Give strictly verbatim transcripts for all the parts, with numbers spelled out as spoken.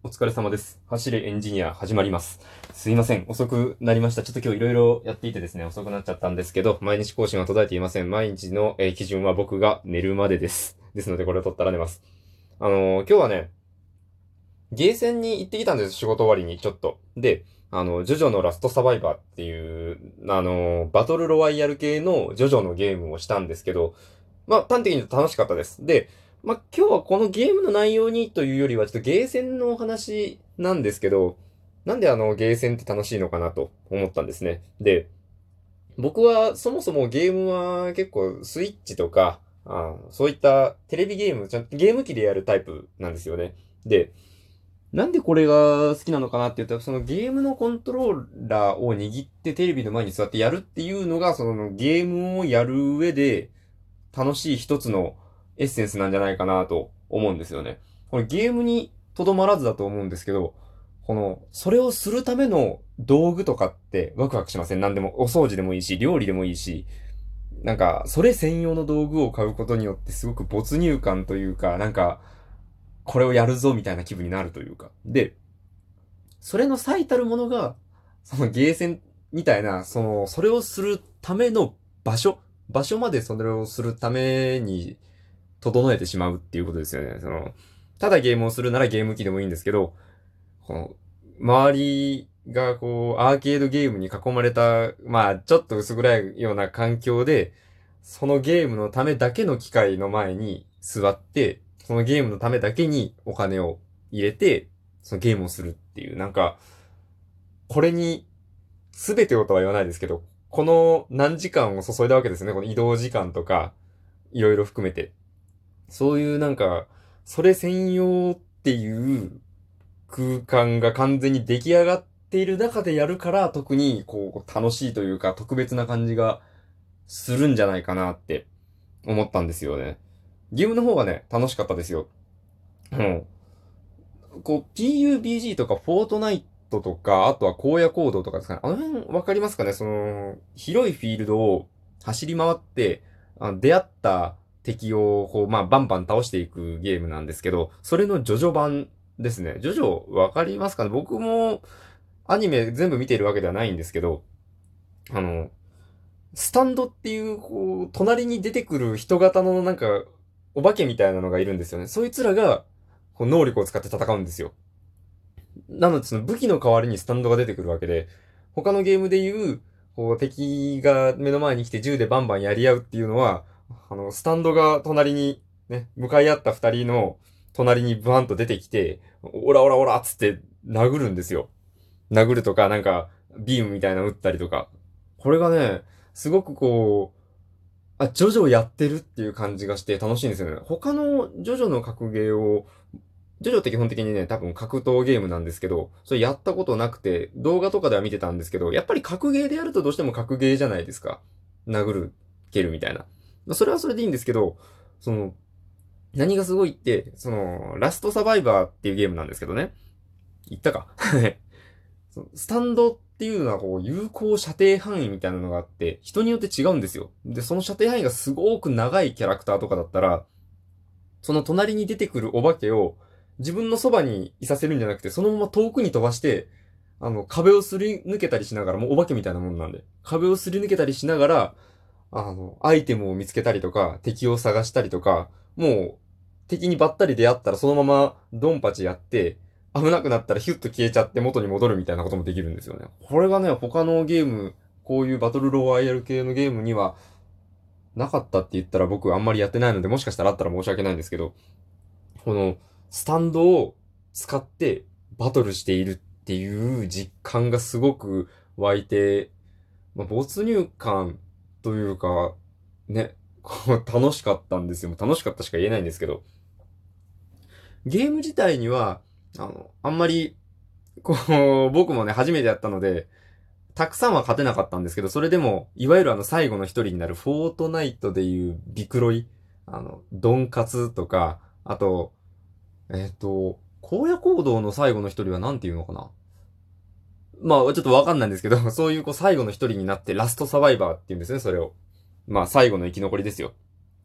お疲れ様です。走れエンジニア始まります。すいません。遅くなりました。ちょっと今日いろいろやっていてですね、遅くなっちゃったんですけど、毎日更新は途絶えていません。毎日の、えー基準は僕が寝るまでです。ですのでこれを取ったら寝ます。あのー今日はね、ゲーセンに行ってきたんです。仕事終わりにちょっと。で、あの、ジョジョのラストサバイバーっていう、あのーバトルロワイヤル系のジョジョのゲームをしたんですけど、まあ、端的に言うと楽しかったです。で、まあ、今日はこのゲームの内容にというよりは、ちょっとゲーセンのお話なんですけど、なんであのゲーセンって楽しいのかなと思ったんですね。で、僕はそもそもゲームは結構スイッチとか、あそういったテレビゲーム、ちゃんとゲーム機でやるタイプなんですよね。で、なんでこれが好きなのかなって言ったら、そのゲームのコントローラーを握ってテレビの前に座ってやるっていうのが、そのゲームをやる上で、楽しい一つのエッセンスなんじゃないかなと思うんですよね。これゲームにとどまらずだと思うんですけど、この、それをするための道具とかってワクワクしません？何でも、お掃除でもいいし、料理でもいいし、なんか、それ専用の道具を買うことによってすごく没入感というか、なんか、これをやるぞみたいな気分になるというか。で、それの最たるものが、そのゲーセンみたいな、その、それをするための場所、場所までそれをするために整えてしまうっていうことですよね。その、ただゲームをするならゲーム機でもいいんですけど、この、周りがこう、アーケードゲームに囲まれた、まあ、ちょっと薄暗いような環境で、そのゲームのためだけの機械の前に座って、そのゲームのためだけにお金を入れて、そのゲームをするっていう、なんか、これに全てをとは言わないですけど、この何時間を注いだわけですね。この移動時間とか、いろいろ含めて。そういうなんか、それ専用っていう空間が完全に出来上がっている中でやるから、特にこう楽しいというか特別な感じがするんじゃないかなって思ったんですよね。ゲームの方がね、楽しかったですよ。うん。こう ピーユービージー とかフォートナイトとか、あとは荒野行動とかですかね。あの辺わかりますかね？その、広いフィールドを走り回って、あの出会った敵を、こう、まあ、バンバン倒していくゲームなんですけど、それのジョジョ版ですね。ジョジョわかりますかね？僕もアニメ全部見ているわけではないんですけど、あの、スタンドっていう、こう、隣に出てくる人型のなんか、お化けみたいなのがいるんですよね。そいつらが、こう、能力を使って戦うんですよ。なので、その武器の代わりにスタンドが出てくるわけで、他のゲームでいう、こう、敵が目の前に来て銃でバンバンやり合うっていうのは、あの、スタンドが隣に、ね、向かい合った二人の隣にバーンと出てきて、オラオラオラっつって殴るんですよ。殴るとか、なんか、ビームみたいなの撃ったりとか。これがね、すごくこう、あ、ジョジョやってるっていう感じがして楽しいんですよね。他のジョジョの格ゲーをジョジョって基本的にね、多分格闘ゲームなんですけど、それやったことなくて、動画とかでは見てたんですけど、やっぱり格ゲーでやるとどうしても格ゲーじゃないですか。殴る、蹴るみたいな。まあそれはそれでいいんですけど、その、何がすごいって、その、ラストサバイバーっていうゲームなんですけどね。言ったか。そのスタンドっていうのはこう、有効射程範囲みたいなのがあって、人によって違うんですよ。で、その射程範囲がすごく長いキャラクターとかだったら、その隣に出てくるお化けを自分のそばにいさせるんじゃなくて、そのまま遠くに飛ばして、あの、壁をすり抜けたりしながら、もうお化けみたいなもんなんで、壁をすり抜けたりしながら、あの、アイテムを見つけたりとか、敵を探したりとか、もう、敵にばったり出会ったらそのままドンパチやって、危なくなったらヒュッと消えちゃって元に戻るみたいなこともできるんですよね。これがね、他のゲーム、こういうバトルロワイヤル系のゲームにはなかったって言ったら僕あんまりやってないので、もしかしたらあったら申し訳ないんですけど、このスタンドを使ってバトルしているっていう実感がすごく湧いて、まあ、没入感というか、ね、こう楽しかったんですよ。楽しかったしか言えないんですけど、ゲーム自体には、あの、あんまり、こう、僕もね、初めてやったので、たくさんは勝てなかったんですけど、それでも、いわゆるあの最後の一人になるフォートナイトでいうビクロイ、あの、ドンカツとか、あと、えっ、と、荒野行動の最後の一人は何て言うのかな。まあ、ちょっとわかんないんですけど、そういうこう最後の一人になってラストサバイバーって言うんですね、それを。まあ、最後の生き残りですよ。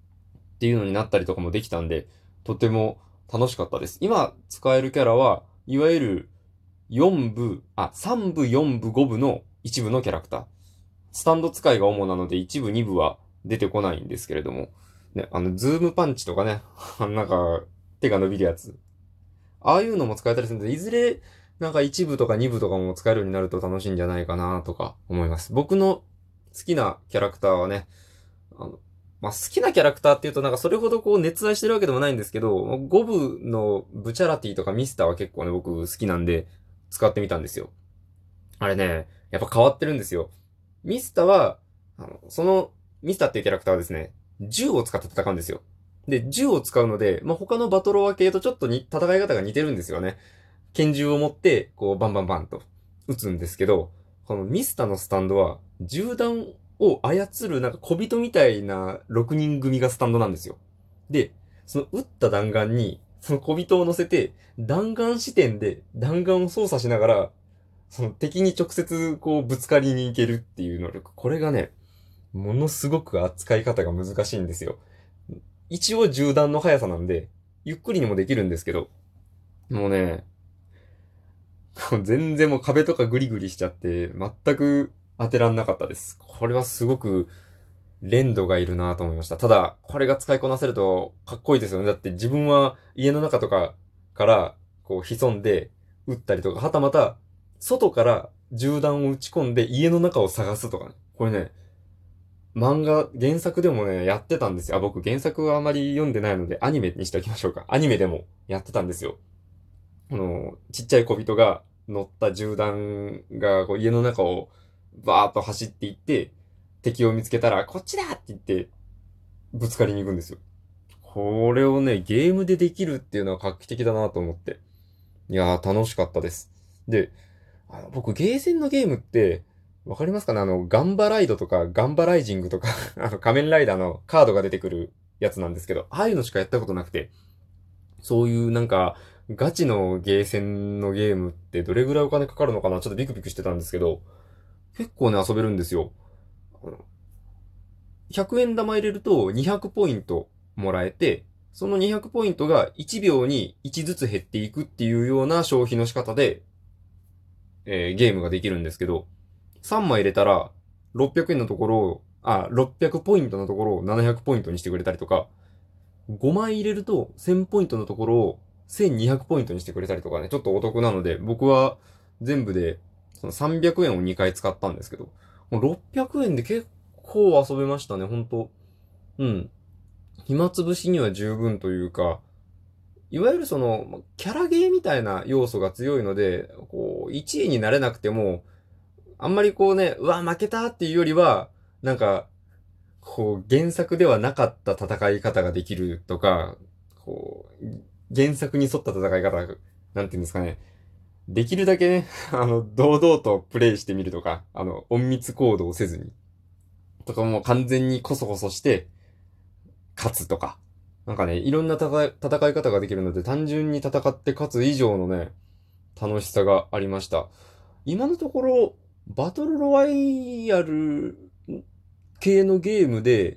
っていうのになったりとかもできたんで、とても楽しかったです。今使えるキャラは、 いわゆるよんぶ、あ、さんぶ、よんぶ、ごぶの一部のキャラクター。スタンド使いが主なのでいちぶ、にぶは出てこないんですけれども、ね、あの、ズームパンチとかね、なんか、手が伸びるやつ。ああいうのも使えたりするんで、いずれ、なんかいちぶとかにぶとかも使えるようになると楽しいんじゃないかなとか思います。僕の好きなキャラクターはね、あの、まあ、好きなキャラクターっていうとなんかそれほどこう熱愛してるわけでもないんですけど、ごぶのブチャラティとかミスターは結構ね、僕好きなんで使ってみたんですよ。あれね、やっぱ変わってるんですよ。ミスターは、あの、その、ミスターっていうキャラクターはですね、銃を使って戦うんですよ。で、銃を使うので、まあ、他のバトロワ系とちょっとに、戦い方が似てるんですよね。拳銃を持って、こう、バンバンバンと撃つんですけど、このミスタのスタンドは、銃弾を操るなんか小人みたいなろくにん組がスタンドなんですよ。で、その撃った弾丸に、その小人を乗せて、弾丸視点で弾丸を操作しながら、その敵に直接こうぶつかりに行けるっていう能力。これがね、ものすごく扱い方が難しいんですよ。一応銃弾の速さなんで、ゆっくりにもできるんですけど、もうね、全然もう壁とかグリグリしちゃって、全く当てらんなかったです。これはすごく連度がいるなと思いました。ただ、これが使いこなせるとかっこいいですよね。だって自分は家の中とかからこう潜んで撃ったりとか、はたまた外から銃弾を撃ち込んで家の中を探すとかね。これね、漫画、原作でもね、やってたんですよ。あ、僕原作はあまり読んでないのでアニメにしておきましょうか。アニメでもやってたんですよ。あの、ちっちゃい小人が乗った銃弾がこう家の中をバーッと走っていって、敵を見つけたら、こっちだって言って、ぶつかりに行くんですよ。これをね、ゲームでできるっていうのは画期的だなと思って。いやー、楽しかったです。で、あの僕、ゲーセンのゲームって、わかりますかねあの、ガンバライドとか、ガンバライジングとかあの、仮面ライダーのカードが出てくるやつなんですけど、ああいうのしかやったことなくて、そういうなんか、ガチのゲーセンのゲームってどれぐらいお金かかるのかなちょっとビクビクしてたんですけど、結構ね、遊べるんですよ。ひゃくえん玉入れるとにひゃくポイントもらえて、そのにひゃくポイントがいちびょうにいちずつ減っていくっていうような消費の仕方で、えーゲームができるんですけど、さんまい入れたらろっぴゃくえんのところを、あ、ろっぴゃくポイントのところをななひゃくポイントにしてくれたりとか、ごまい入れるとせんポイントのところをせんにひゃくポイントにしてくれたりとかね、ちょっとお得なので、僕は全部でそのさんびゃくえんをにかい使ったんですけど、もうろっぴゃくえんで結構遊べましたね、ほんと。うん。暇つぶしには十分というか、いわゆるその、キャラゲーみたいな要素が強いので、こう、いちいになれなくても、あんまりこうね、うわ、負けたっていうよりは、なんか、こう、原作ではなかった戦い方ができるとか、こう、原作に沿った戦い方、なんていうんですかね。できるだけね、あの、堂々とプレイしてみるとか、あの、隠密行動をせずに。とかもう完全にコソコソして、勝つとか。なんかね、いろんな戦い、戦い方ができるので、単純に戦って勝つ以上のね、楽しさがありました。今のところ、バトルロワイヤル系のゲームで、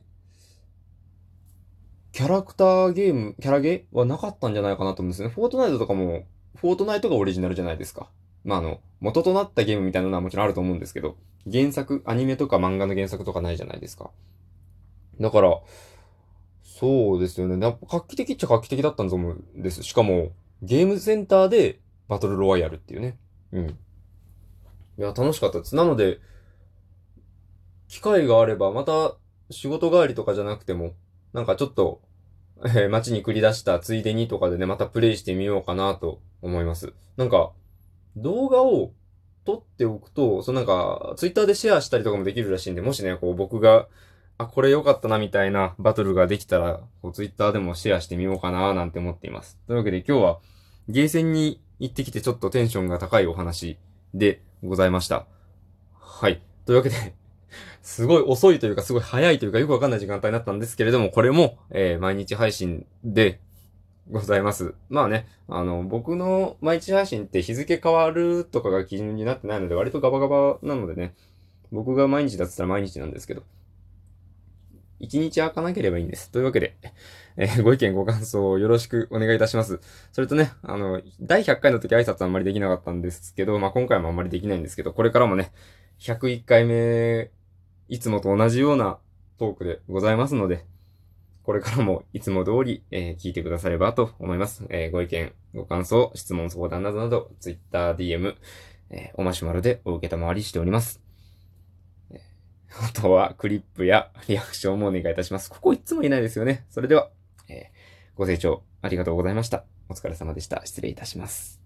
キャラクターゲーム、キャラゲーはなかったんじゃないかなと思うんですね。フォートナイトとかも、フォートナイトがオリジナルじゃないですか。まあ、あの、元となったゲームみたいなのはもちろんあると思うんですけど、原作、アニメとか漫画の原作とかないじゃないですか。だから、そうですよね。やっぱ画期的っちゃ画期的だったんです。しかも、ゲームセンターでバトルロワイヤルっていうね。うん。いや、楽しかったです。なので、機会があれば、また仕事帰りとかじゃなくても、なんかちょっと、えー街に繰り出したついでにとかでね、またプレイしてみようかなと思います。なんか、動画を撮っておくと、そのなんか、ツイッターでシェアしたりとかもできるらしいんで、もしね、こう僕が、あ、これ良かったなみたいなバトルができたら、こうツイッターでもシェアしてみようかななんて思っています。というわけで今日は、ゲーセンに行ってきてちょっとテンションが高いお話でございました。はい。というわけで、すごい遅いというか、すごい早いというか、よくわかんない時間帯になったんですけれども、これも、えー毎日配信でございます。まあね、あの、僕の毎日配信って日付変わるとかが基準になってないので、割とガバガバなのでね、僕が毎日だって言ったら毎日なんですけど、 いちにち開かなければいいんです。というわけで、えーご意見ご感想をよろしくお願いいたします。それとね、あの、だいひゃっかいの時挨拶あんまりできなかったんですけど、まあ、今回もあんまりできないんですけど、これからもね、ひゃくいっかいめ、いつもと同じようなトークでございますので、これからもいつも通り、えー聞いてくださればと思います。えーご意見、ご感想、質問、相談などなど、Twitter、ディーエム、えーおマシュマロでお受けたまわりしております。えーあとは、クリップやリアクションもお願いいたします。ここいつもいないですよね。それでは、えーご清聴ありがとうございました。お疲れ様でした。失礼いたします。